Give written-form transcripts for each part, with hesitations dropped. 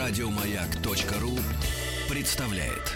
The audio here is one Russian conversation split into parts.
Радиомаяк.ру представляет.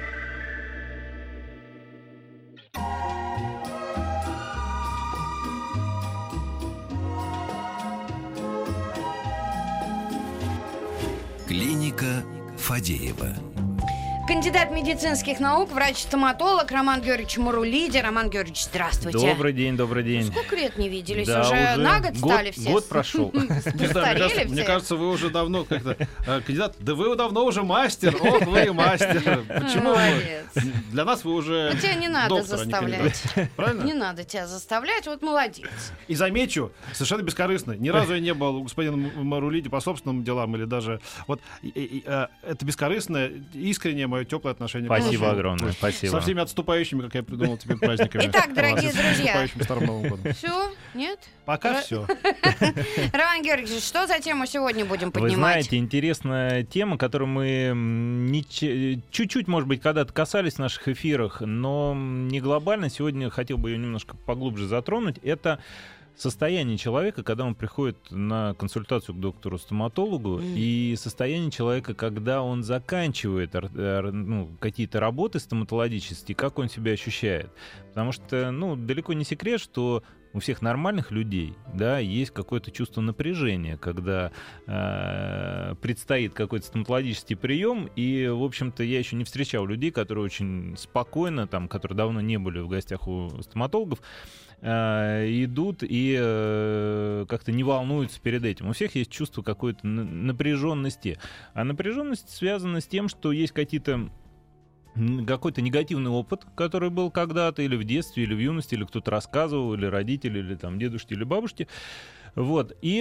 Клиника Фадеева. Кандидат медицинских наук, врач-стоматолог Роман Георгиевич Марулиди. Роман Георгиевич, здравствуйте. Добрый день, добрый день. Сколько лет не виделись? Да, уже на год стали все? Год прошел. Мне кажется, вы уже давно как-то кандидат. Да вы давно уже мастер. Ох, вы мастер. Почему вы? Для нас вы уже тебя не надо доктор, заставлять. Правильно? Не надо тебя заставлять, вот молодец. И замечу, совершенно бескорыстно. Ни разу я не был у господина Марулиди по собственным делам или даже... Вот это бескорыстное, искреннее мое теплое отношение. Спасибо огромное, спасибо. Со всеми отступающими, как я придумал теперь, праздниками. Итак, дорогие С друзья. наступающим Старым Новым годом. Все? Нет? Пока все. Роман Георгиевич, что за тему сегодня будем поднимать? Вы знаете, интересная тема, которую мы чуть-чуть, может быть, когда-то касались в наших эфирах, но не глобально. Сегодня хотел бы ее немножко поглубже затронуть. Это состояние человека, когда он приходит на консультацию к доктору-стоматологу, и состояние человека, когда он заканчивает какие-то работы стоматологические, как он себя ощущает. Потому что, далеко не секрет, что у всех нормальных людей, да, есть какое-то чувство напряжения, когда предстоит какой-то стоматологический прием, и, в общем-то, я еще не встречал людей, которые очень спокойно, которые давно не были в гостях у стоматологов, идут и как-то не волнуются перед этим. У всех есть чувство какой-то напряженности. А напряженность связана с тем, что есть какой-то негативный опыт, который был когда-то, или в детстве, или в юности, или кто-то рассказывал, или родители, или там дедушки, или бабушки. Вот. И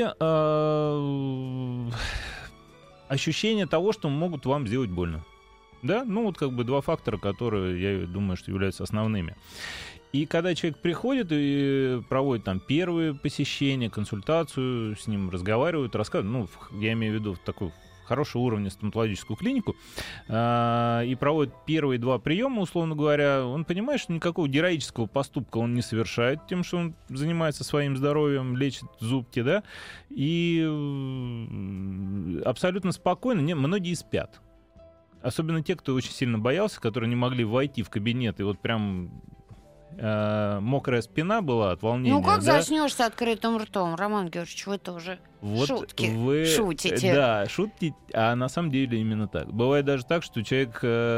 ощущение того, что могут вам сделать больно. Да? Два фактора, которые, я думаю, что являются основными. И когда человек приходит и проводит там первые посещения, консультацию, с ним разговаривают, рассказывают, я имею в виду такой хорошего уровня стоматологическую клинику, и проводит первые 2 приема, условно говоря, он понимает, что никакого героического поступка он не совершает тем, что он занимается своим здоровьем, лечит зубки, да, и абсолютно спокойно, многие спят. Особенно те, кто очень сильно боялся, которые не могли войти в кабинет, и вот прям мокрая спина была от волнения. Как заснешь с открытым ртом, Роман Георгиевич, вы тоже шутки шутите. Да, шутки, а на самом деле именно так. Бывает даже так, что человек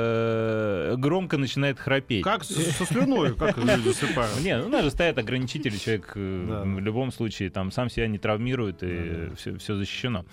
громко начинает храпеть. Как со слюной, как люди засыпают. У нас же стоят ограничители, человек в любом случае там сам себя не травмирует, и все защищено.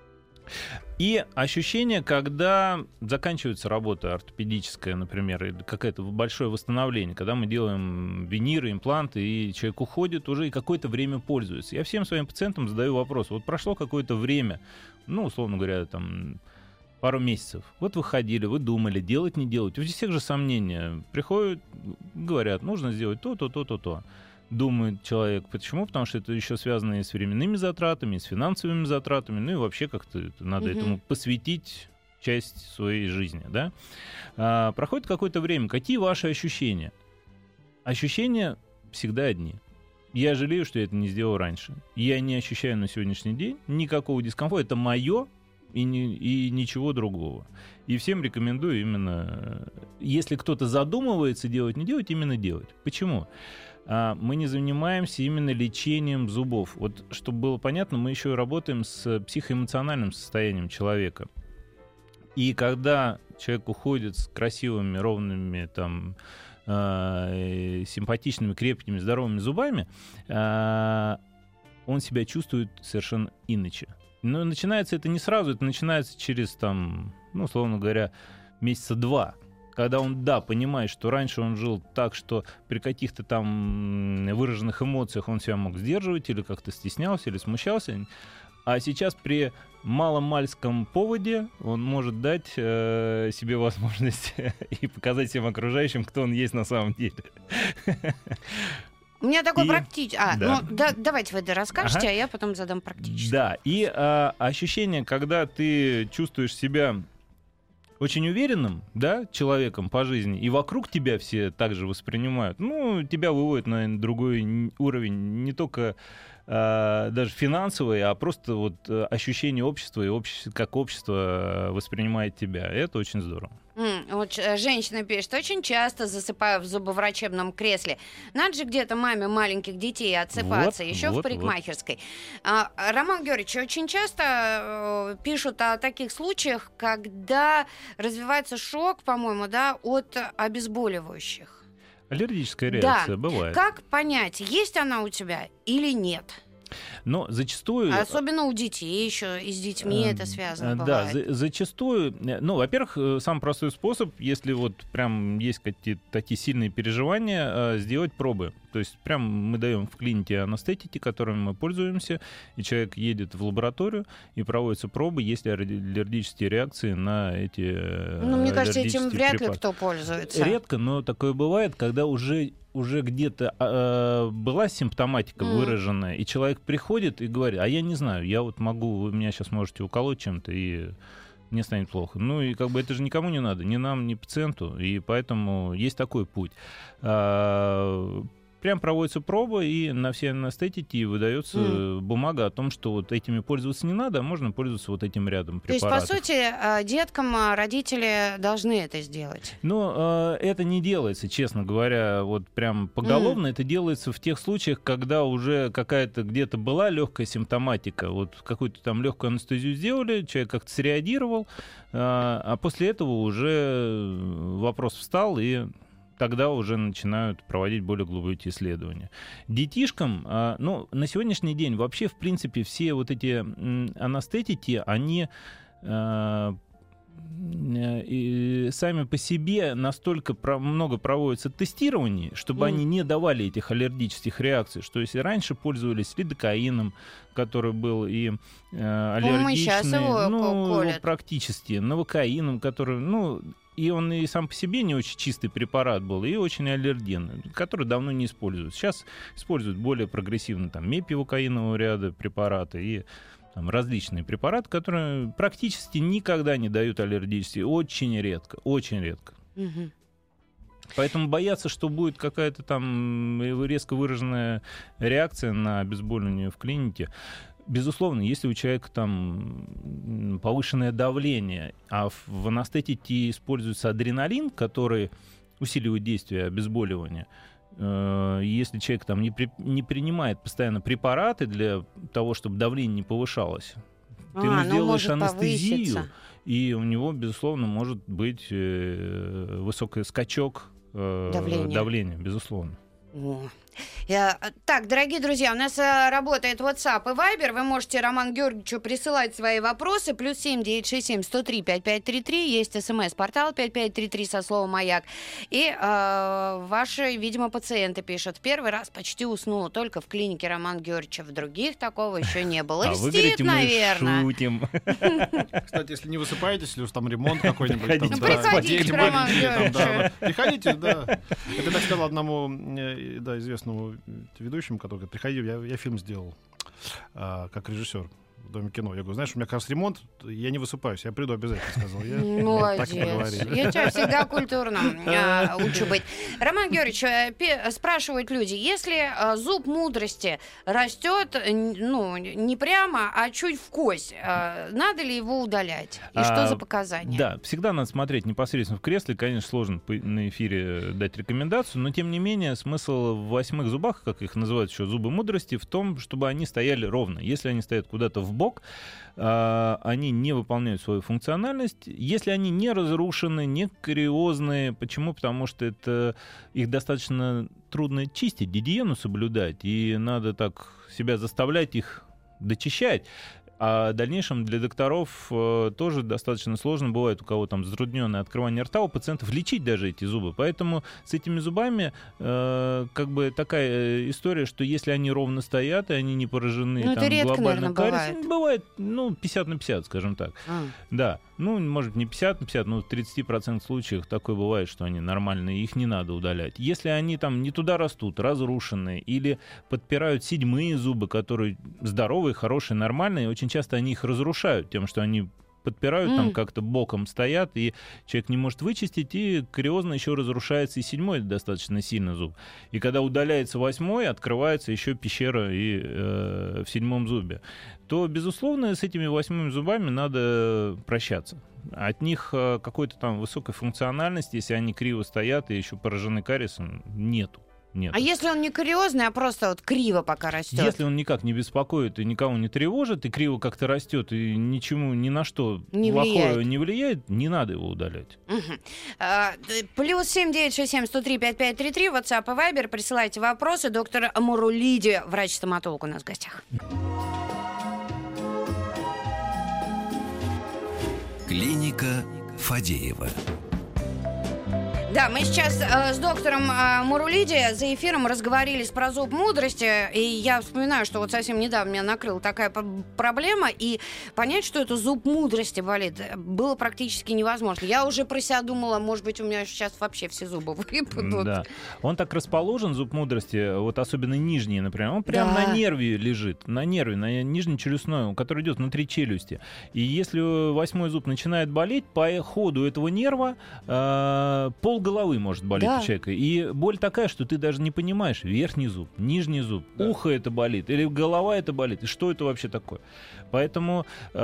И ощущение, когда заканчивается работа ортопедическая, например, или какое-то большое восстановление, когда мы делаем виниры, импланты, и человек уходит уже и какое-то время пользуется. Я всем своим пациентам задаю вопрос. Вот прошло какое-то время, условно говоря, там пару месяцев. Вот вы ходили, вы думали, делать, не делать. У всех же сомнения. Приходят, говорят, нужно сделать то, то, то, то, то. Думает человек. Почему? Потому что это еще связано и с временными затратами, и с финансовыми затратами, и вообще как-то надо этому посвятить часть своей жизни, да? Проходит какое-то время. Какие ваши ощущения? Ощущения всегда одни. Я жалею, что я это не сделал раньше. Я не ощущаю на сегодняшний день никакого дискомфорта. Это мое и ничего другого. И всем рекомендую именно, если кто-то задумывается делать, не делать, именно делать. Почему? Мы не занимаемся именно лечением зубов. Вот, чтобы было понятно, мы еще работаем с психоэмоциональным состоянием человека. И когда человек уходит с красивыми, ровными, симпатичными, крепкими, здоровыми зубами, он себя чувствует совершенно иначе. Но начинается это не сразу, это начинается через, условно говоря, месяца 2. Когда он, понимает, что раньше он жил так, что при каких-то выраженных эмоциях он себя мог сдерживать, или как-то стеснялся, или смущался, а сейчас при маломальском поводе он может дать себе возможность и показать всем окружающим, кто он есть на самом деле. У меня такой практический... давайте вы расскажете, а я потом задам практически. Да, и ощущение, когда ты чувствуешь себя очень уверенным, человеком по жизни, и вокруг тебя все также воспринимают, тебя выводят на другой уровень не только даже финансовые, а просто вот ощущение общества и как общество воспринимает тебя. Это очень здорово. Вот женщина пишет: очень часто засыпаю в зубоврачебном кресле. Надо же где-то маме маленьких детей отсыпаться, еще в парикмахерской. Роман Георгиевич, очень часто пишут о таких случаях, когда развивается шок, по-моему, да, от обезболивающих. Аллергическая реакция бывает. Как понять, есть она у тебя или нет? Но зачастую... Особенно у детей еще, и с детьми это связано бывает. Да, зачастую... Ну, во-первых, самый простой способ, если вот прям есть какие-то такие сильные переживания, сделать пробы. То есть прям мы даем в клинике анестетики, которыми мы пользуемся, и человек едет в лабораторию, и проводятся пробы, есть ли аллергические реакции на эти мне кажется, этим вряд препараты. ли кто пользуется. Редко, но такое бывает, когда уже где-то была симптоматика выраженная, и человек приходит и говорит: а я не знаю, я вот могу, вы меня сейчас можете уколоть чем-то, и мне станет плохо. Ну и как бы это же никому не надо, ни нам, ни пациенту, и поэтому есть такой путь. Прям проводится проба, и на все анестетики выдается бумага о том, что вот этими пользоваться не надо, а можно пользоваться вот этим рядом препаратов. То есть, по сути, деткам родители должны это сделать? Но это не делается, честно говоря, вот прям поголовно. Это делается в тех случаях, когда уже какая-то где-то была легкая симптоматика, вот какую-то там легкую анестезию сделали, человек как-то среагировал, а после этого уже вопрос встал, и тогда уже начинают проводить более глубокие исследования. Детишкам, ну, на сегодняшний день вообще, в принципе, все вот эти анестетики, они и сами по себе настолько много проводится тестирований, чтобы они не давали этих аллергических реакций, что если раньше пользовались лидокаином, который был и аллергичный, колят. Практически, новокаином, который, и он и сам по себе не очень чистый препарат был, и очень аллергенный, который давно не используют. Сейчас используют более прогрессивно там мепивокаинового ряда препараты и там различные препараты, которые практически никогда не дают аллергические. Очень редко, очень редко. Угу. Поэтому бояться, что будет какая-то там резко выраженная реакция на обезболивание в клинике. Безусловно, если у человека там повышенное давление, а в анестетике используется адреналин, который усиливает действие обезболивания, если человек там не принимает постоянно препараты для того, чтобы давление не повышалось, ты ему сделаешь анестезию, повыситься. И у него, безусловно, может быть высокий скачок давления, безусловно. Так, дорогие друзья, у нас работает WhatsApp и Viber. Вы можете Роману Георгиевичу присылать свои вопросы. +7 967 103 5533. Есть смс-портал 5533 со словом «Маяк». И ваши, видимо, пациенты пишут: первый раз почти уснула только в клинике Романа Георгиевича. В других такого еще не было. А вы говорите, наверное. мы шутим. Кстати, если не высыпаетесь, или уж там ремонт какой-нибудь. Приходите к Роману Георгиевичу. Приходите, да. Это так сказал одному известному ведущему, который говорит: приходи, я фильм сделал как режиссер в Доме кино. Я говорю: знаешь, у меня как раз ремонт, я не высыпаюсь, я приду обязательно, сказал я. Молодец. Я тебя всегда культурно учу быть. Роман Георгиевич, спрашивают люди: если зуб мудрости растет, не прямо, а чуть в кость, надо ли его удалять? И что за показания? Да, всегда надо смотреть непосредственно в кресле. Конечно, сложно на эфире дать рекомендацию, но тем не менее смысл в 8 зубах, как их называют еще зубы мудрости, в том, чтобы они стояли ровно. Если они стоят куда-то в бок, они не выполняют свою функциональность. Если они не разрушены, не кариозные, почему? Потому что их достаточно трудно чистить, гигиену соблюдать, и надо так себя заставлять их дочищать. А в дальнейшем для докторов тоже достаточно сложно бывает, у кого там затрудненное открывание рта, у пациентов лечить даже эти зубы. Поэтому с этими зубами как бы такая история, что если они ровно стоят, и они не поражены там глобальным кариесом, бывает 50 на 50, скажем так. Да, может не 50 на 50, но в 30% случаев такое бывает, что они нормальные, их не надо удалять. Если они там не туда растут, разрушенные, или подпирают седьмые зубы, которые здоровые, хорошие, нормальные, очень часто они их разрушают тем, что они подпирают, там как-то боком стоят, и человек не может вычистить, и кариозно еще разрушается и 7-й достаточно сильно зуб. И когда удаляется 8-й, открывается еще пещера и в 7-м зубе. То, безусловно, с этими 8-ми зубами надо прощаться. От них какой-то там высокой функциональности, если они криво стоят и еще поражены кариесом, нету. Нет. А если он не кариозный, а просто вот криво пока растет? Если он никак не беспокоит и никого не тревожит, и криво как-то растет, и ничему ни на что плохое не влияет, не надо его удалять. Плюс 7967-103-5533, WhatsApp и Viber. Присылайте вопросы. Доктор Мурулиди, врач-стоматолог, у нас в гостях. Клиника Фадеева. Да, мы сейчас с доктором Мурулиди за эфиром разговорились про зуб мудрости, и я вспоминаю, что вот совсем недавно меня накрыла такая проблема, и понять, что это зуб мудрости болит, было практически невозможно. Я уже про себя думала, может быть, у меня сейчас вообще все зубы выпадут. Да. Он так расположен, зуб мудрости, вот особенно нижний, например, он прямо на нерве лежит, на нижнечелюстной, который идет внутри челюсти. И если 8-й зуб начинает болеть, по ходу этого нерва полголовы может болеть у человека. И боль такая, что ты даже не понимаешь, верхний зуб, нижний зуб, ухо это болит, или голова это болит, и что это вообще такое. Поэтому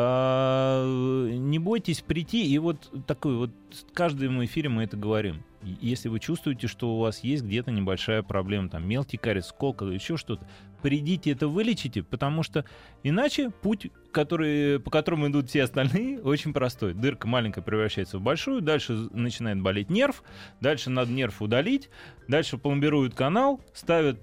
не бойтесь прийти, и вот такой вот в каждом эфире мы это говорим. Если вы чувствуете, что у вас есть где-то небольшая проблема, там мелкий кариес, сколка, еще что-то, придите это вылечите, потому что иначе путь, по которому идут все остальные, очень простой. Дырка маленькая превращается в большую, дальше начинает болеть нерв, дальше надо нерв удалить, дальше пломбируют канал, ставят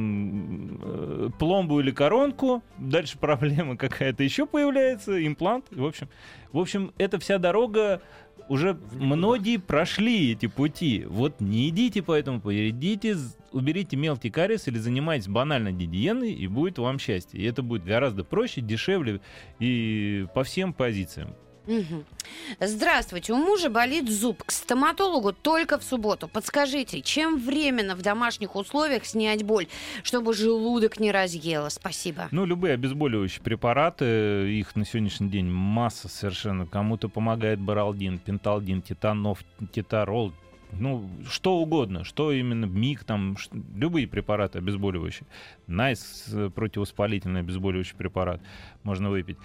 там пломбу или коронку, дальше проблема какая-то еще появляется, имплант. В общем, это вся дорога. Уже многие прошли эти пути. Вот не идите по этому пути, идите, уберите мелкий кариес или занимайтесь банальной гигиеной, и будет вам счастье. И это будет гораздо проще, дешевле и по всем позициям. Угу. Здравствуйте, у мужа болит зуб. К стоматологу только в субботу. Подскажите, чем временно в домашних условиях снять боль, чтобы желудок не разъело? Спасибо. Любые обезболивающие препараты, их на сегодняшний день масса совершенно. Кому-то помогает баралдин, пенталдин, тетанов, тетарол. Что угодно, что именно МИГ, там, любые препараты обезболивающие. Найс, противовоспалительный обезболивающий препарат можно выпить.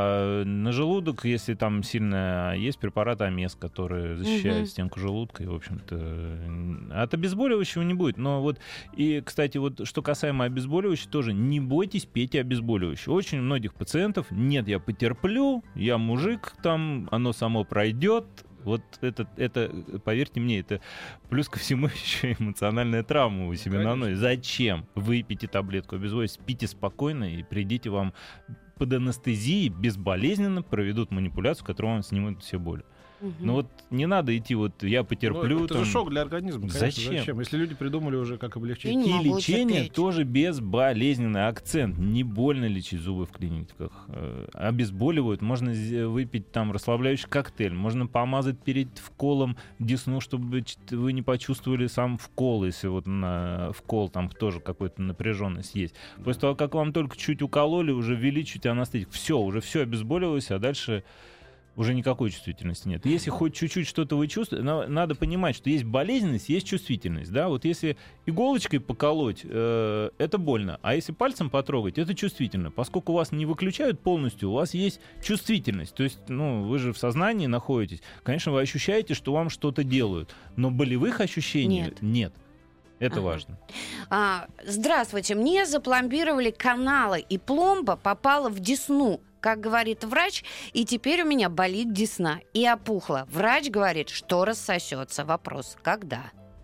На желудок, если там сильно есть препарат Амес, который защищает стенку желудка, и, в общем-то, от обезболивающего не будет. Но вот, и, кстати, вот, что касаемо обезболивающего, тоже не бойтесь пить обезболивающее. Очень многих пациентов, нет, я потерплю, я мужик, там, оно само пройдет. Вот это, поверьте мне, это плюс ко всему еще эмоциональная травма у себя наносит. Зачем? Выпейте таблетку обезболивающего, спите спокойно и придите, вам под анестезией безболезненно проведут манипуляцию, которую вам снимут все боли. Вот не надо идти, вот я потерплю. Это же шок для организма. Конечно, зачем? Если люди придумали уже, как облегчить. И лечение тоже безболезненный акцент. Не больно лечить зубы в клиниках. Обезболивают. Можно выпить там расслабляющий коктейль. Можно помазать перед вколом десну, чтобы вы не почувствовали сам вкол, если вот на вкол там тоже какой-то напряженность есть. После того, как вам только чуть укололи, уже ввели чуть анестетик. Уже все обезболивалось, а дальше уже никакой чувствительности нет. Если хоть чуть-чуть что-то вы чувствуете, надо понимать, что есть болезненность, есть чувствительность. Да? Вот если иголочкой поколоть, это больно, а если пальцем потрогать, это чувствительно. Поскольку вас не выключают полностью, у вас есть чувствительность. То есть, вы же в сознании находитесь. Конечно, вы ощущаете, что вам что-то делают, но болевых ощущений нет. Это важно. Здравствуйте, мне запломбировали каналы, и пломба попала в десну, как говорит врач, и теперь у меня болит десна и опухла. Врач говорит, что рассосется. Вопрос, когда?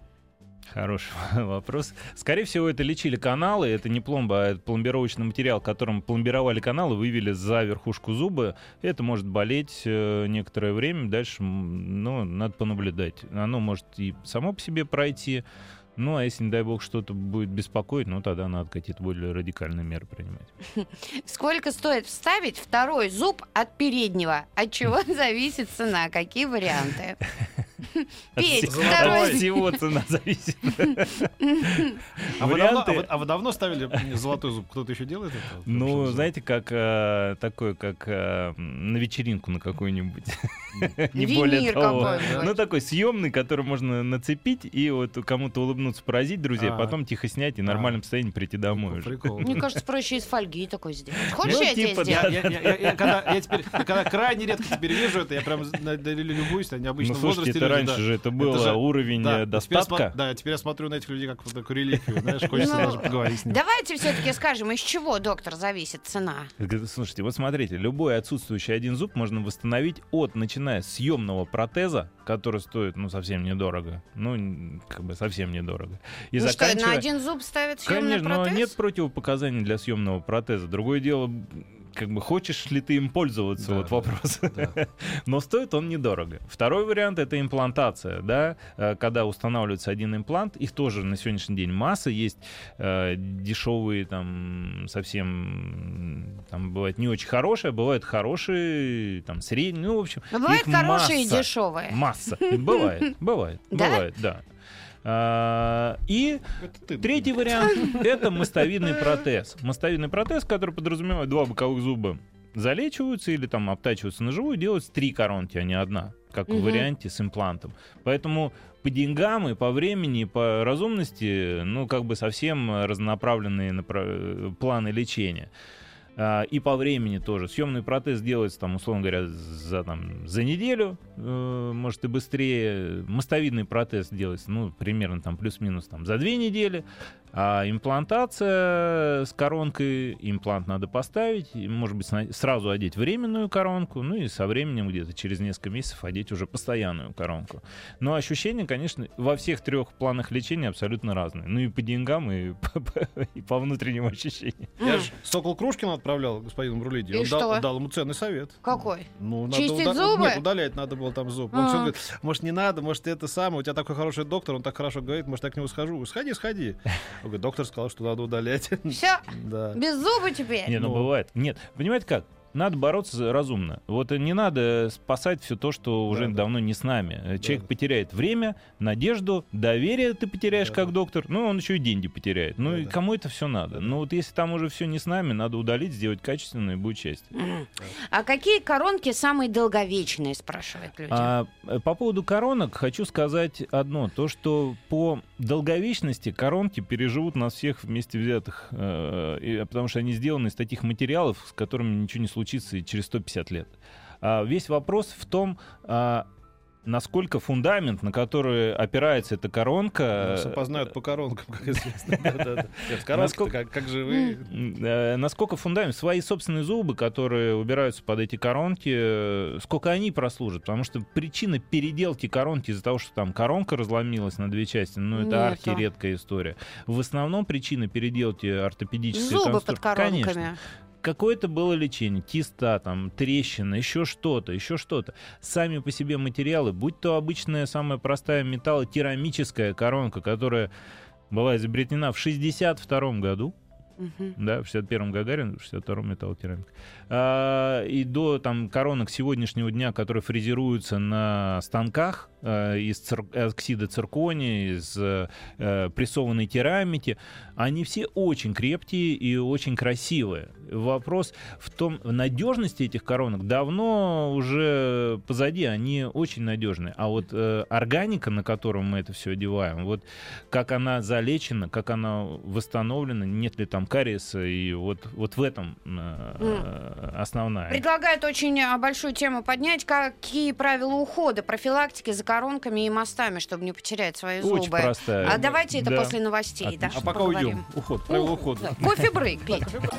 Хороший вопрос. Скорее всего, это лечили каналы, это не пломба, а это пломбировочный материал, которым пломбировали каналы, вывели за верхушку зуба. Это может болеть некоторое время, дальше надо понаблюдать. Оно может и само по себе пройти. А если, не дай бог, что-то будет беспокоить, тогда надо какие-то более радикальные меры принимать. Сколько стоит вставить второй зуб от переднего? От чего зависит цена? Какие варианты? Петь, от всего цена зависит. А вы давно ставили золотой зуб? Кто-то еще делает это? Ну, знаете, как такой, как на вечеринку на какую-нибудь. Не более того. Ну, такой съемный, который можно нацепить и вот кому-то улыбнуться, поразить друзей, потом тихо снять и в нормальном состоянии прийти домой. Мне кажется, проще из фольги такой сделать. Хочешь, я тебе сделаю? Когда крайне редко теперь вижу это, я прям любуюсь на необычном возрасте. Ну, слушайте, раньше же это было уровень достатка. Да, теперь я смотрю на этих людей как на такую реликвию, знаешь, хочется даже поговорить с ними. Давайте все-таки скажем, из чего, доктор, зависит цена? Слушайте, вот смотрите, любой отсутствующий один зуб можно восстановить начиная с съемного протеза, который стоит, совсем недорого. Совсем недорого. И что, на один зуб ставят съемный протез? Конечно, но нет противопоказаний для съемного протеза. Другое дело, хочешь ли ты им пользоваться, вопрос. Да. Но стоит он недорого. Второй вариант — это имплантация, да, когда устанавливается один имплант, их тоже на сегодняшний день масса, есть дешевые, совсем, бывает не очень хорошие, бывают хорошие, средние, в общем. Бывают хорошие и дешевые. Масса. Бывает, да. И третий вариант — это мостовидный протез. Мостовидный протез, который подразумевает 2 боковых зуба, залечиваются или обтачиваются на живую, делаются 3 коронки, а не 1, как в варианте с имплантом. Поэтому по деньгам и по времени, и по разумности, совсем разнонаправленные планы лечения. И по времени тоже. Съемный протез делается, условно говоря, за неделю, может и быстрее. Мостовидный протез делается, примерно плюс-минус за 2 недели. А имплантация с коронкой, имплант надо поставить, может быть, сразу одеть временную коронку, и со временем где-то через несколько месяцев одеть уже постоянную коронку. Но ощущения, конечно, во всех 3 планах лечения абсолютно разные. И по деньгам, и по внутренним ощущениям. Я же Сокол Крушкина отправлял господину Брулиди. Он дал ему ценный совет. Какой? Чистить зубы? Нет, удалять надо было зуб. Он все говорит, может, не надо, может, ты это самое, у тебя такой хороший доктор, он так хорошо говорит, может, я к нему схожу. Сходи. Доктор сказал, что надо удалять. Все? Да. Без зуба теперь? Не, бывает. Нет, понимаете как? Надо бороться разумно. Вот не надо спасать все то, что уже давно не с нами. Человек потеряет время, надежду, доверие ты потеряешь как доктор, он еще и деньги потеряет. И кому это все надо? Если там уже все не с нами, надо удалить, сделать качественно, и будет счастье. А какие коронки самые долговечные, спрашивают люди? По поводу коронок хочу сказать одно. То, что по долговечности коронки переживут нас всех вместе взятых. Потому что они сделаны из таких материалов, с которыми ничего не случится и через 150 лет. Весь вопрос в том, насколько фундамент, на который опирается эта коронка... Нас опознают по коронкам, как известно. Коронки как живые. Насколько фундамент, свои собственные зубы, которые убираются под эти коронки, сколько они прослужат. Потому что причина переделки коронки из-за того, что там коронка разломилась на 2 части, это архиредкая история. В основном причина переделки ортопедической зубы под коронками. Конечно. Какое-то было лечение, киста, трещина, еще что-то. Сами по себе материалы, будь то обычная самая простая металлокерамическая коронка, которая была изобретена в 1962 году, да, в 61-м Гагарин, в 62-м металлокерамика. И до коронок сегодняшнего дня, которые фрезеруются на станках из оксида циркония, из прессованной керамики, они все очень крепкие и очень красивые. Вопрос в том, надежности этих коронок давно уже позади, они очень надежные. А вот органика, на которую мы это все одеваем, как она залечена, как она восстановлена, нет ли там кариеса, и вот в этом основная. Предлагают очень большую тему поднять. Какие правила ухода, профилактики за коронками и мостами, чтобы не потерять свои зубы? Очень простая. Давайте это после новостей. А пока уйдем. Правила ухода. Кофе-брейк, Петь.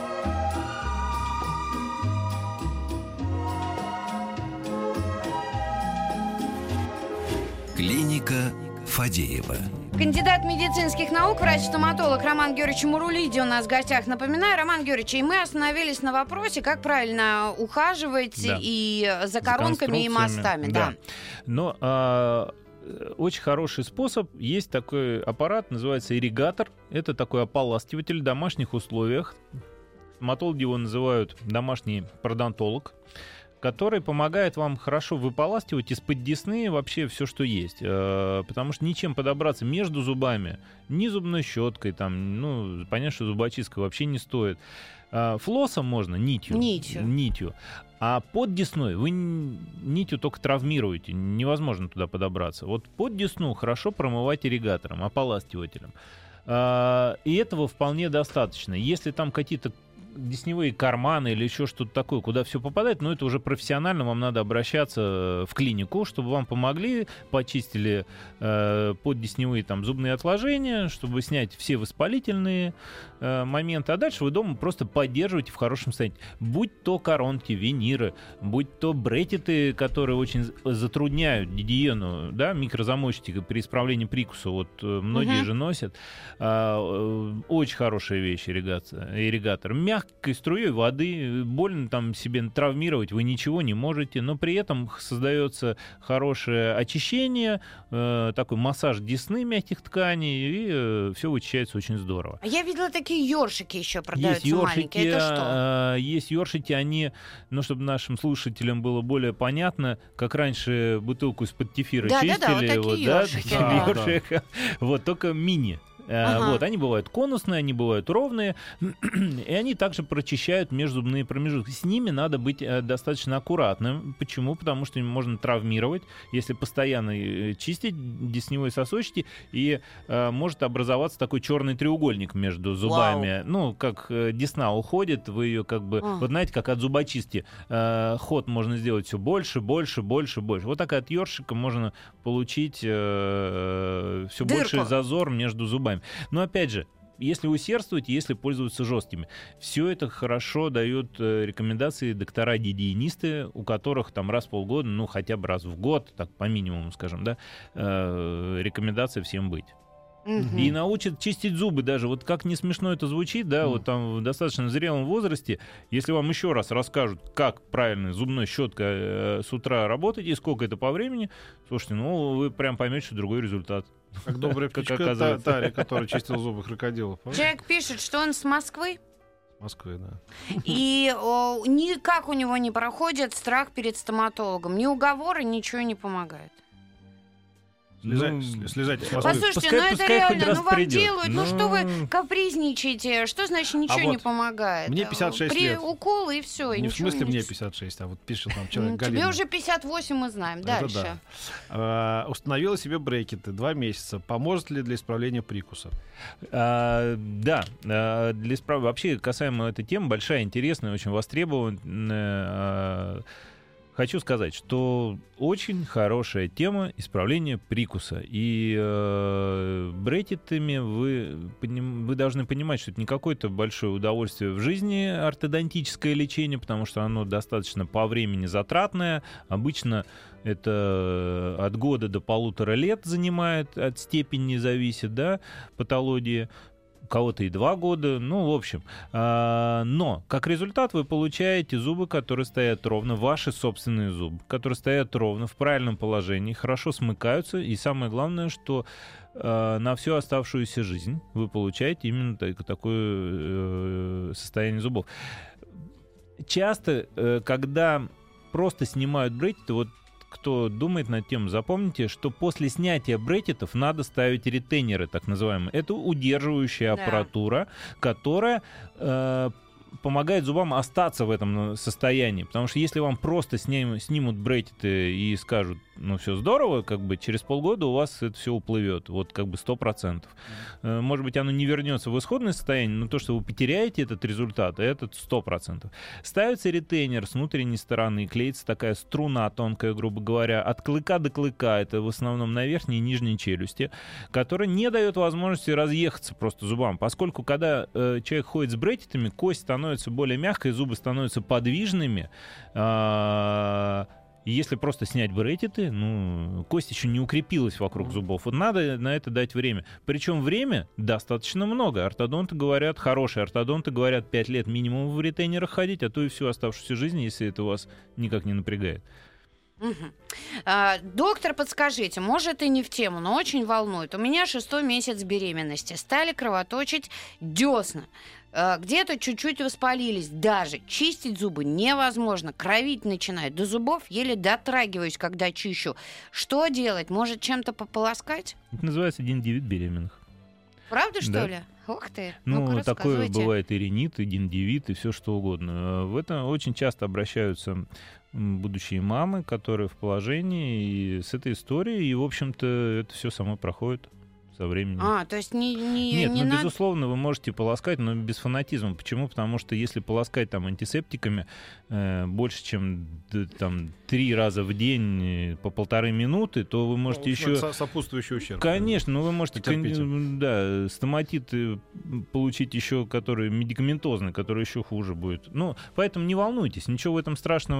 Клиника Фадеева. Кандидат медицинских наук, врач-стоматолог Роман Георгиевич Мурулиди у нас в гостях. Напоминаю, Роман Георгиевич, и мы остановились на вопросе, как правильно ухаживать и за коронками и мостами. Да. Но очень хороший способ. Есть такой аппарат, называется ирригатор. Это такой ополаскиватель в домашних условиях. Стоматологи его называют домашний пародонтолог, который помогает вам хорошо выполаскивать из-под десны вообще все, что есть. Потому что ничем подобраться между зубами, ни зубной щеткой, там, ну, понятно, что зубочисткой вообще не стоит. Флоссом можно, нитью. А под десной вы нитью только травмируете, невозможно туда подобраться. Вот под десну хорошо промывать ирригатором, ополаскивателем. И этого вполне достаточно. Если там какие-то десневые карманы или еще что-то такое, куда все попадает, но это уже профессионально, вам надо обращаться в клинику, чтобы вам помогли, почистили поддесневые там зубные отложения, чтобы снять все воспалительные моменты, а дальше вы дома просто поддерживаете в хорошем состоянии. Будь то коронки, виниры, будь то брекеты, которые очень затрудняют гигиену, да, микрозамочки при исправлении прикуса, вот многие же носят. Очень хорошая вещь ирригатор. Мягкой струей воды, больно там себе травмировать вы ничего не можете, но при этом создается хорошее очищение, такой массаж десны мягких тканей, и все вычищается очень здорово. Я видела такие ёршики еще продаются маленькие. Это что? Есть ёршики, они, ну, чтобы нашим слушателям было более понятно, как раньше бутылку из-под кефира чистили. Вот такие ёршики. Вот, только мини. Вот, они бывают конусные, они бывают ровные, и они также прочищают межзубные промежутки. С ними надо быть достаточно аккуратным. Почему? Потому что можно травмировать, если постоянно чистить десневые сосочки, и может образоваться такой черный треугольник между зубами. Ну, как десна уходит, вы ее как бы... Вот знаете, как от зубочистки ход можно сделать все больше. Вот так от ёршика можно получить все больший зазор между зубами. Но опять же, если усердствовать, если пользоваться жесткими, все это хорошо дают рекомендации доктора-гигиенисты, у которых там раз в полгода, ну хотя бы раз в год, так по минимуму, скажем, да, рекомендация всем быть. И научат чистить зубы даже. Вот как не смешно это звучит, да, вот там в достаточно зрелом возрасте, если вам еще раз расскажут, как правильно зубной щеткой с утра работать и сколько это по времени, слушайте, ну вы прям поймете, что другой результат. Как добрая птичка Тари, который чистил зубы крокодилов. Человек пишет, что он с Москвы. Москвы, да. И никак у него не проходит страх перед стоматологом. Ни уговоры, ничего не помогает. Слезайте с Москвы. Послушайте, ну это реально, ну вам делают, ну что вы капризничаете, что значит ничего не помогает? Мне 56 лет. Уколы и все. Не в смысле мне 56, а вот пишет нам человек Галина. Тебе уже 58, мы знаем. Дальше. Установила себе брекеты 2 месяца. Поможет ли для исправления прикуса? Да. Вообще, касаемо этой темы, большая, интересная, очень востребованная. Хочу сказать, что очень хорошая тема исправления прикуса. И брекетами вы должны понимать, что это не какое-то большое удовольствие в жизни ортодонтическое лечение, потому что оно достаточно по времени затратное. Обычно это от года до 1,5 лет занимает, от степени зависит, да, патологии. У кого-то и 2 года, ну, в общем. Но, как результат, вы получаете зубы, которые стоят ровно, ваши собственные зубы, которые стоят ровно, в правильном положении, хорошо смыкаются, и самое главное, что на всю оставшуюся жизнь вы получаете именно такое состояние зубов. Часто, когда просто снимают брекеты, вот кто думает над тем, запомните, что после снятия брекетов надо ставить ретейнеры, так называемые. Это удерживающая аппаратура, которая помогает зубам остаться в этом состоянии. Потому что если вам просто снимут брекеты и скажут, ну все здорово, как бы через полгода у вас это все уплывет, вот как бы 100%. Может быть, оно не вернется в исходное состояние, но то, что вы потеряете этот результат, это 100%. Ставится ретейнер с внутренней стороны, клеится такая струна тонкая, грубо говоря, от клыка до клыка, это в основном на верхней и нижней челюсти, которая не дает возможности разъехаться просто зубам, поскольку когда человек ходит с брекетами, кость становится более мягкой, зубы становятся подвижными. И если просто снять брекеты, ну, кость еще не укрепилась вокруг зубов. Вот надо на это дать время. Причем время достаточно много. Ортодонты говорят, хорошие ортодонты говорят, 5 лет минимум в ретейнерах ходить, а то и всю оставшуюся жизнь, если это вас никак не напрягает. Доктор, подскажите, может и не в тему, но очень волнует. У меня 6-й месяц беременности. Стали кровоточить десна. Где-то чуть-чуть воспалились. Даже чистить зубы невозможно. Кровить начинает. До зубов еле дотрагиваюсь, когда чищу. Что делать? Может, чем-то пополоскать? Это называется гингивит беременных. Правда, что Да. ли? Ух ты. Ну, Ну-ка, такое рассказывайте. бывает и ринит, и гингивит, и все что угодно. В это очень часто обращаются будущие мамы, которые в положении и с этой историей, и, в общем-то, это все само проходит со временем. То есть не Нет, ну, надо... безусловно, вы можете полоскать, но без фанатизма. Почему? Потому что если полоскать там антисептиками больше, чем там 3 раза в день по 1,5 минуты, то вы можете еще... Сопутствующий ущерб. Конечно, но вы можете Потерпите. стоматит получить еще, который медикаментозный, который еще хуже будет. Ну, поэтому не волнуйтесь, ничего в этом страшного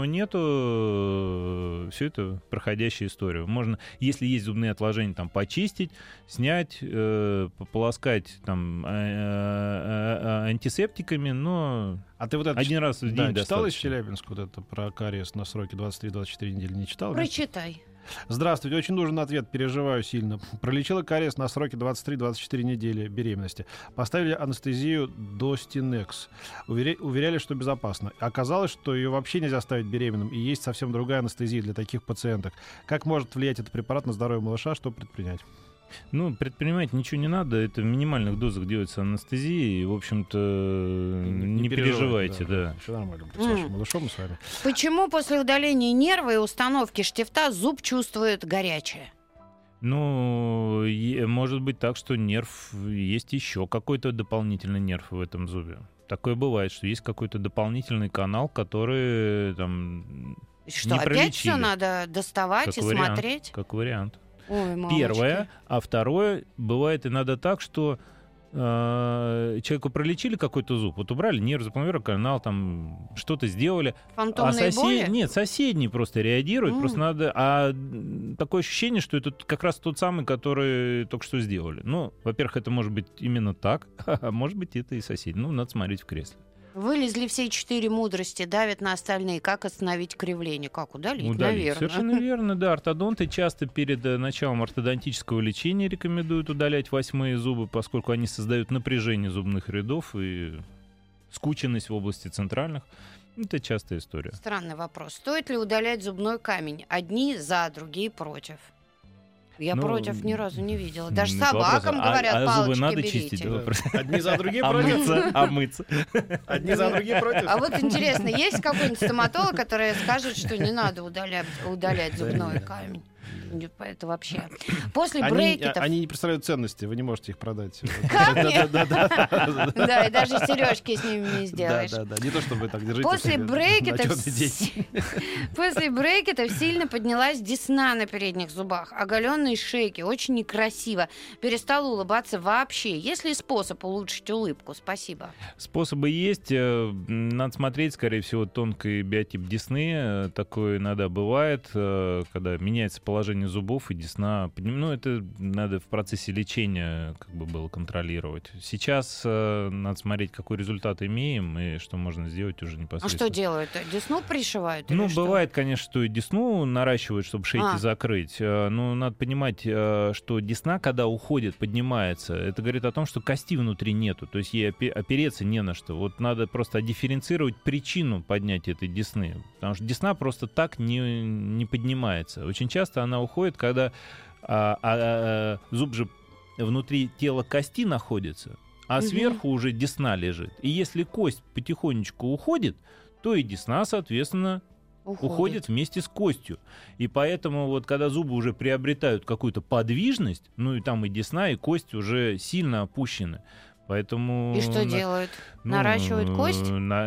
нету. Все это проходящая история. Можно, если есть зубные отложения, там почистить, снять, пополоскать там антисептиками, но А ты вот это один раз в день читал из достаточно. Челябинска вот это про кариес на сроки 23-24 недели? Не читал? нет? Прочитай. Здравствуйте, очень нужен ответ, переживаю сильно. Пролечила кариес на сроке 23-24 недели беременности. Поставили анестезию Достинекс. Уверяли, что безопасно. Оказалось, что ее вообще нельзя ставить беременным, и есть совсем другая анестезия для таких пациенток. Как может влиять этот препарат на здоровье малыша, что предпринять? Ну, предпринимать ничего не надо, это в минимальных дозах делается анестезия, и, в общем-то, не переживайте, да. Все нормально. С вашим малышом и с вами. Почему после удаления нерва и установки штифта зуб чувствует горячее? Ну, может быть так, что нерв, есть еще какой-то дополнительный нерв в этом зубе. Такое бывает, что есть какой-то дополнительный канал, который там Что, не опять пролечили. все надо доставать Как и вариант, смотреть? как вариант. Ой, мамочки. Первое. А второе, бывает иногда так, что человеку пролечили какой-то зуб, вот убрали нерв, запломбировали канал, там что-то сделали. Фантомные боли? Нет, соседний просто реагирует, просто надо... такое ощущение, что это как раз тот самый, который только что сделали. Ну, во-первых, это может быть именно так, а может быть, это и соседний. Ну, надо смотреть в кресле. Вылезли все 4 мудрости, давят на остальные. Как остановить кривление? Как удалить? Удалить. Наверное. Совершенно верно, да. Ортодонты часто перед началом ортодонтического лечения рекомендуют удалять 8-е зубы, поскольку они создают напряжение зубных рядов и скученность в области центральных. Это частая история. Странный вопрос. Стоит ли удалять зубной камень? Одни за, другие против. Я против ни разу не видела. Даже собакам говорят, палочки зубы надо берите. чистить? Одни за, другие против. Мыться. Одни за, другие против. А вот интересно, есть какой-нибудь стоматолог, который скажет, что не надо удалять зубной камень? Это вообще. После брекетов... Они не представляют ценности, вы не можете их продать. Камни? Да, Да, и даже сережки с ними не сделаешь. да. Не то, чтобы вы так держите. После себе брекетов... на черный день. После брекетов сильно поднялась десна на передних зубах. Оголенные шейки. Очень некрасиво. Перестала улыбаться вообще. Есть ли способ улучшить улыбку? Спасибо. Способы есть. Надо смотреть, скорее всего, тонкий биотип десны. Такое иногда бывает, когда меняется положение зубов и десна. Ну, это надо в процессе лечения как бы было контролировать. Сейчас надо смотреть, какой результат имеем и что можно сделать уже А непосредственно. что делают? Десну пришивают? или Ну, что? бывает, конечно, что и десну наращивают, чтобы шейки закрыть. Но надо понимать, что десна, когда уходит, поднимается, это говорит о том, что кости внутри нету. То есть ей опереться не на что. Вот надо просто дифференцировать причину поднятия этой десны. Потому что десна просто так не поднимается. Очень часто она уходит, когда зуб же внутри тела кости находится, а сверху уже десна лежит. И если кость потихонечку уходит, то и десна, соответственно, уходит вместе с костью. И поэтому вот когда зубы уже приобретают какую-то подвижность, ну и там и десна, и кость уже сильно опущены. Поэтому... И что делают? Наращивают кость?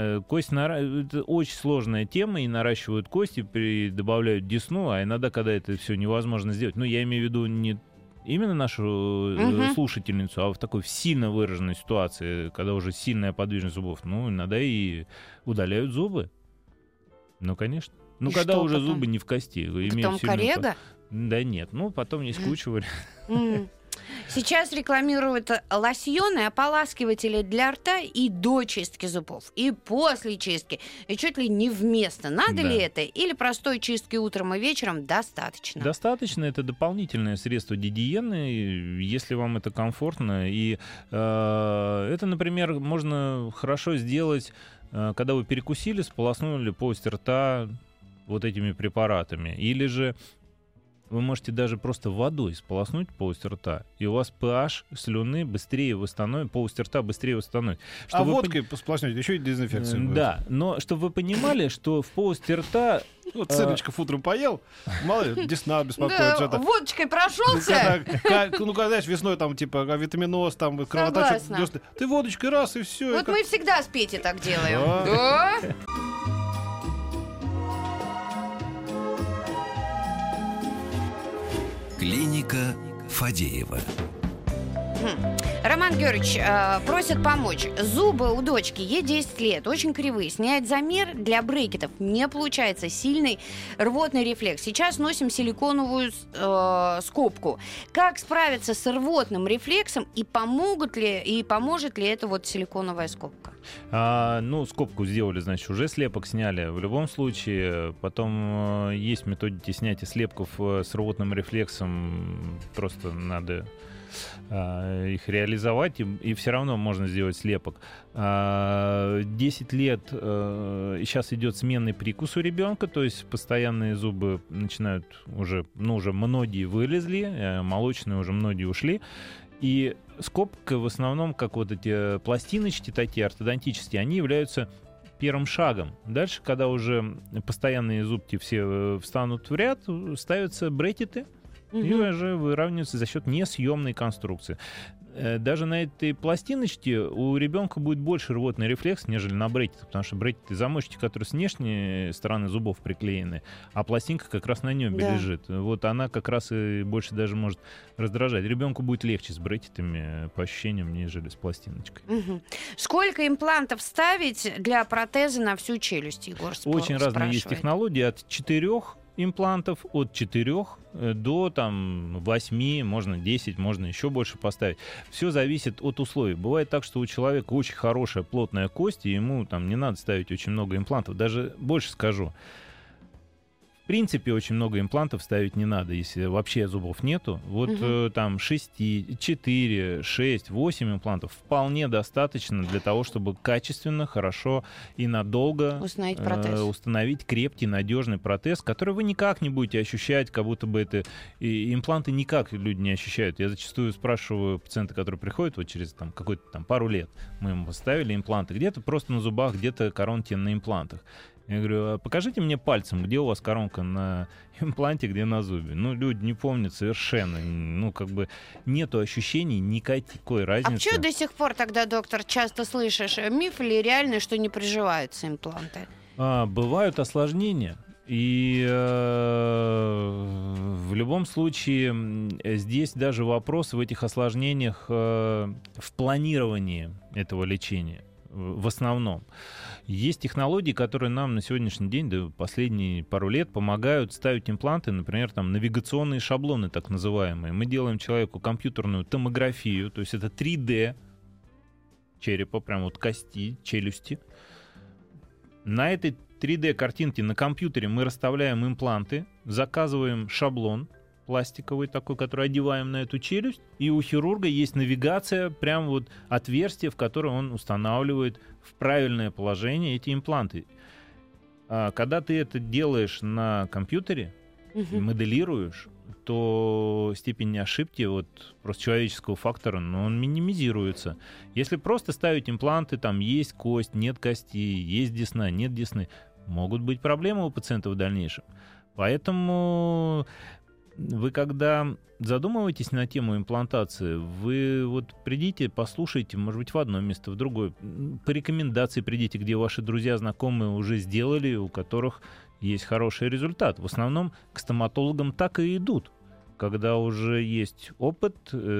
Это очень сложная тема, и наращивают кости, добавляют десну, а иногда, когда это все невозможно сделать, ну, я имею в виду не именно нашу слушательницу, а в такой сильно выраженной ситуации, когда уже сильная подвижность зубов, ну, иногда и удаляют зубы. Ну, конечно. Ну, И когда что уже потом? зубы не в кости. Потом корега? Да нет, ну, потом есть куча вариантов. Сейчас рекламируют лосьоны, ополаскиватели для рта и до чистки зубов, и после чистки, и чуть ли не вместо. Надо ли это? Или простой чистки утром и вечером достаточно? Достаточно. Это дополнительное средство гигиены, если вам это комфортно. И это, например, можно хорошо сделать, когда вы перекусили, сполоснули полость рта вот этими препаратами. Или же вы можете даже просто водой сполоснуть полость рта, и у вас pH слюны быстрее восстановит, полость рта быстрее восстановит. А водкой сполоснуть, еще и дезинфекция будет. Да, но чтобы вы понимали, что в полости рта... Вот сырочков утром поел, мало ли, десна беспокоит. Да, водочкой прошелся. Ну, когда, знаешь, весной там, типа, витаминоз, там, кровоточит десны. Ты водочкой раз, и все. Вот мы всегда с Петей так делаем. Да? Клиника Фадеева. Роман Георгиевич просит помочь. Зубы у дочки, ей 10 лет, очень кривые. Снять замер для брекетов не получается. Сильный рвотный рефлекс. Сейчас носим силиконовую скобку. Как справиться с рвотным рефлексом и поможет ли это вот силиконовая скобка? Скобку сделали, значит, уже слепок сняли. В любом случае, потом есть методики снятия слепков с рвотным рефлексом. Просто надо их реализовать, и все равно можно сделать слепок. 10 лет сейчас идет сменный прикус у ребенка, то есть постоянные зубы начинают уже многие вылезли, молочные уже многие ушли. И скобка в основном, как вот эти пластиночки такие ортодонтические, они являются первым шагом. Дальше, когда уже постоянные зубки все встанут в ряд, ставятся брекеты, и уже выравниваются за счет несъемной конструкции. Даже на этой пластиночке у ребенка будет больше рвотный рефлекс, нежели на брекетах, потому что брекеты замочки, которые с внешней стороны зубов приклеены, а пластинка как раз на небе лежит. Вот она как раз и больше даже может раздражать. Ребенку будет легче с брекетами, по ощущениям, нежели с пластиночкой. Сколько имплантов ставить для протеза на всю челюсть, Егор спрашивает? Очень разные есть технологии, от 4 имплантов, от 4 до 8, можно 10, можно еще больше поставить. Все зависит от условий. Бывает так, что у человека очень хорошая плотная кость, и ему не надо ставить очень много имплантов. Даже больше скажу. В принципе, очень много имплантов ставить не надо, если вообще зубов нету. Вот 6, 4, 6, 8 имплантов вполне достаточно для того, чтобы качественно, хорошо и надолго установить крепкий, надежный протез, который вы никак не будете ощущать, как будто бы это... И импланты никак люди не ощущают. Я зачастую спрашиваю пациента, которые приходят вот через какой-то пару лет, мы ему поставили импланты, где-то просто на зубах, где-то коронки на имплантах. Я говорю, покажите мне пальцем, где у вас коронка на импланте, где на зубе. Люди не помнят совершенно. Нету ощущений никакой разницы. А почему до сих пор тогда, доктор, часто слышишь, миф или реально, что не приживаются импланты? Бывают осложнения. И в любом случае здесь даже вопрос в этих осложнениях в планировании этого лечения. В основном. Есть технологии, которые нам на сегодняшний день, последние пару лет, помогают ставить импланты, например, навигационные шаблоны, так называемые. Мы делаем человеку компьютерную томографию, то есть это 3D черепа, прям вот кости, челюсти. На этой 3D-картинке на компьютере мы расставляем импланты, заказываем шаблон пластиковый такой, который одеваем на эту челюсть, и у хирурга есть навигация, прям вот отверстие, в которое он устанавливает в правильное положение эти импланты. Когда ты это делаешь на компьютере, моделируешь, то степень ошибки просто человеческого фактора, он минимизируется. Если просто ставить импланты, есть кость, нет кости, есть десна, нет десны, могут быть проблемы у пациента в дальнейшем. Поэтому вы, когда задумываетесь на тему имплантации, вы придите, послушайте, может быть, в одно место, в другое. По рекомендации придите, где ваши друзья, знакомые уже сделали, у которых есть хороший результат. В основном к стоматологам так и идут. Когда уже есть опыт,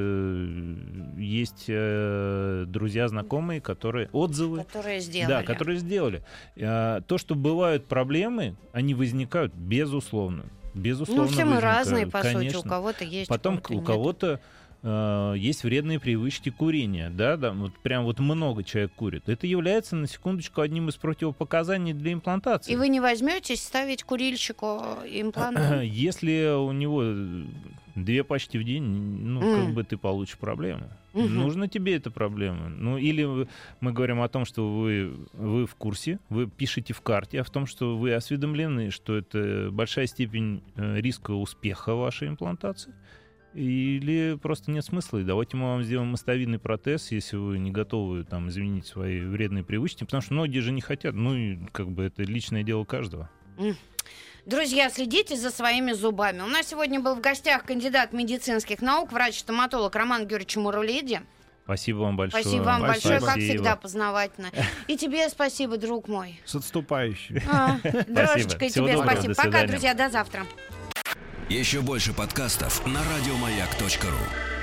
есть друзья, знакомые, отзывы. Которые сделали. Да, которые сделали. То, что бывают проблемы, они возникают безусловно. Безусловно, все мы возникают. разные, по Конечно. сути. У кого-то есть, потом у кого-то есть вредные привычки курения, да, вот прям вот много человек курит. Это является, на секундочку, одним из противопоказаний для имплантации. И вы не возьметесь ставить курильщику имплант? Если у него 2 пачки в день, ну, как бы ты получишь проблему. Нужна тебе эта проблема. Ну, или мы говорим о том, что вы в курсе, вы пишете в карте, о том, что вы осведомлены, что это большая степень риска успеха вашей имплантации. Или просто нет смысла, и давайте мы вам сделаем мостовидный протез, если вы не готовы там изменить свои вредные привычки, потому что многие же не хотят, ну и как бы это личное дело каждого. Друзья, следите за своими зубами. У нас сегодня был в гостях кандидат медицинских наук, врач-стоматолог Роман Георгиевич Муравлиди. Спасибо вам большое. Спасибо вам большое, как всегда, познавательно. И тебе спасибо, друг мой. С отступающим. Дрожечка, и тебе спасибо. Пока, друзья, до завтра. Еще больше подкастов на радиомаяк.ру.